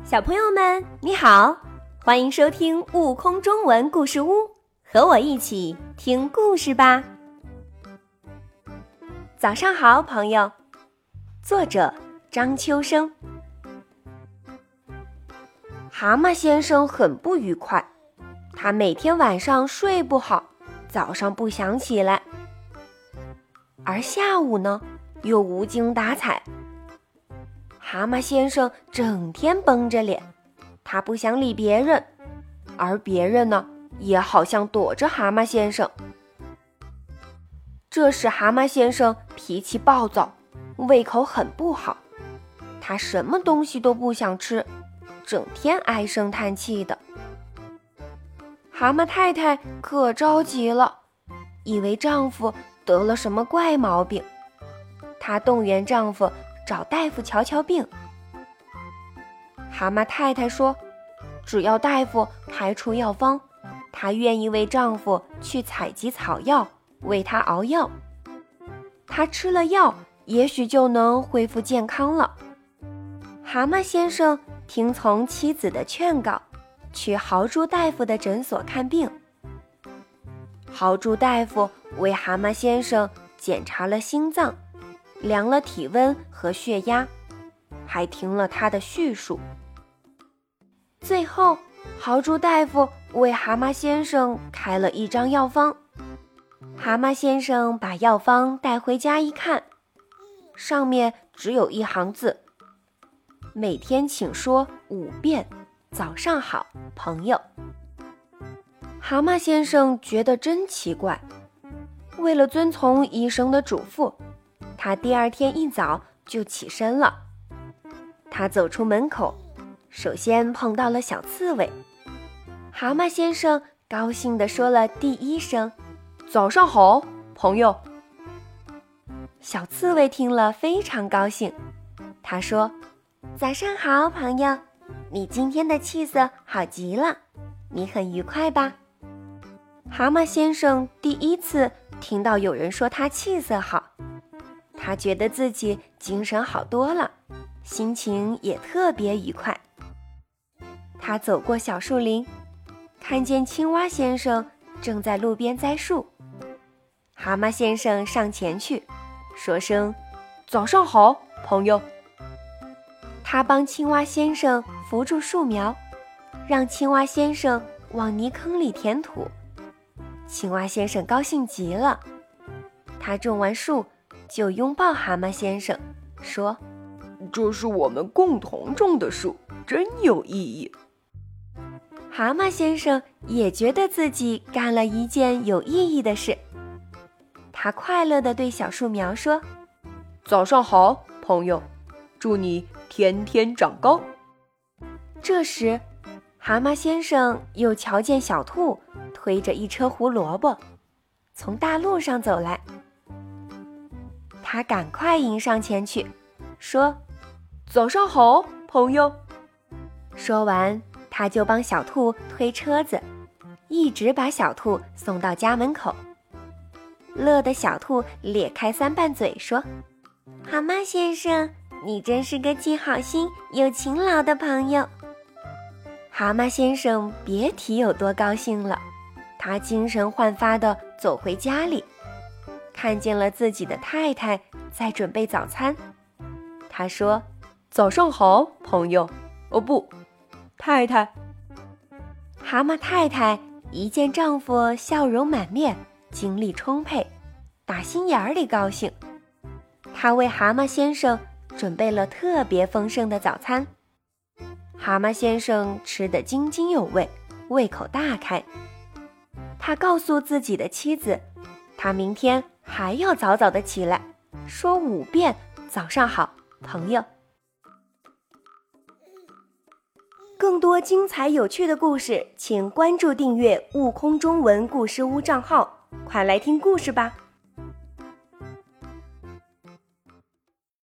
小朋友们，你好，欢迎收听悟空中文故事屋，和我一起听故事吧。早上好，朋友。作者张秋生。蛤蟆先生很不愉快，他每天晚上睡不好，早上不想起来，而下午呢，又无精打采。蛤蟆先生整天绷着脸，他不想理别人，而别人呢，也好像躲着蛤蟆先生。这使蛤蟆先生脾气暴躁，胃口很不好，他什么东西都不想吃，整天唉声叹气的。蛤蟆太太可着急了，以为丈夫得了什么怪毛病，她动员丈夫找大夫瞧瞧病。蛤蟆太太说，只要大夫开出药方，她愿意为丈夫去采集草药，为他熬药。他吃了药，也许就能恢复健康了。蛤蟆先生听从妻子的劝告，去豪猪大夫的诊所看病。豪猪大夫为蛤蟆先生检查了心脏，量了体温和血压，还听了他的叙述。最后，豪猪大夫为蛤蟆先生开了一张药方。蛤蟆先生把药方带回家一看，上面只有一行字：每天请说5遍，早上好，朋友。蛤蟆先生觉得真奇怪，为了遵从医生的嘱咐，他第二天一早就起身了。他走出门口，首先碰到了小刺猬。蛤蟆先生高兴地说了第一声：早上好，朋友。小刺猬听了非常高兴，他说：早上好，朋友，你今天的气色好极了，你很愉快吧？蛤蟆先生第一次听到有人说他气色好，他觉得自己精神好多了，心情也特别愉快。他走过小树林，看见青蛙先生正在路边栽树。蛤蟆先生上前去，说声：早上好，朋友。他帮青蛙先生扶住树苗，让青蛙先生往泥坑里填土。青蛙先生高兴极了，他种完树就拥抱蛤蟆先生，说：这是我们共同种的树，真有意义。蛤蟆先生也觉得自己干了一件有意义的事，他快乐地对小树苗说：早上好，朋友，祝你天天长高。这时，蛤蟆先生又瞧见小兔推着一车胡萝卜从大路上走来，他赶快迎上前去，说：早上好，朋友。说完，他就帮小兔推车子，一直把小兔送到家门口。乐得小兔咧开3瓣嘴说：蛤蟆先生，你真是个既好心又勤劳的朋友。蛤蟆先生别提有多高兴了，他精神焕发地走回家里，看见了自己的太太在准备早餐。他说：早上好，朋友。哦不，太太。蛤蟆太太一见丈夫笑容满面，精力充沛，打心眼里高兴。她为蛤蟆先生准备了特别丰盛的早餐。蛤蟆先生吃得津津有味，胃口大开。他告诉自己的妻子，他明天还要早早地起来，说5遍早上好，朋友。更多精彩有趣的故事，请关注订阅悟空中文故事屋账号，快来听故事吧。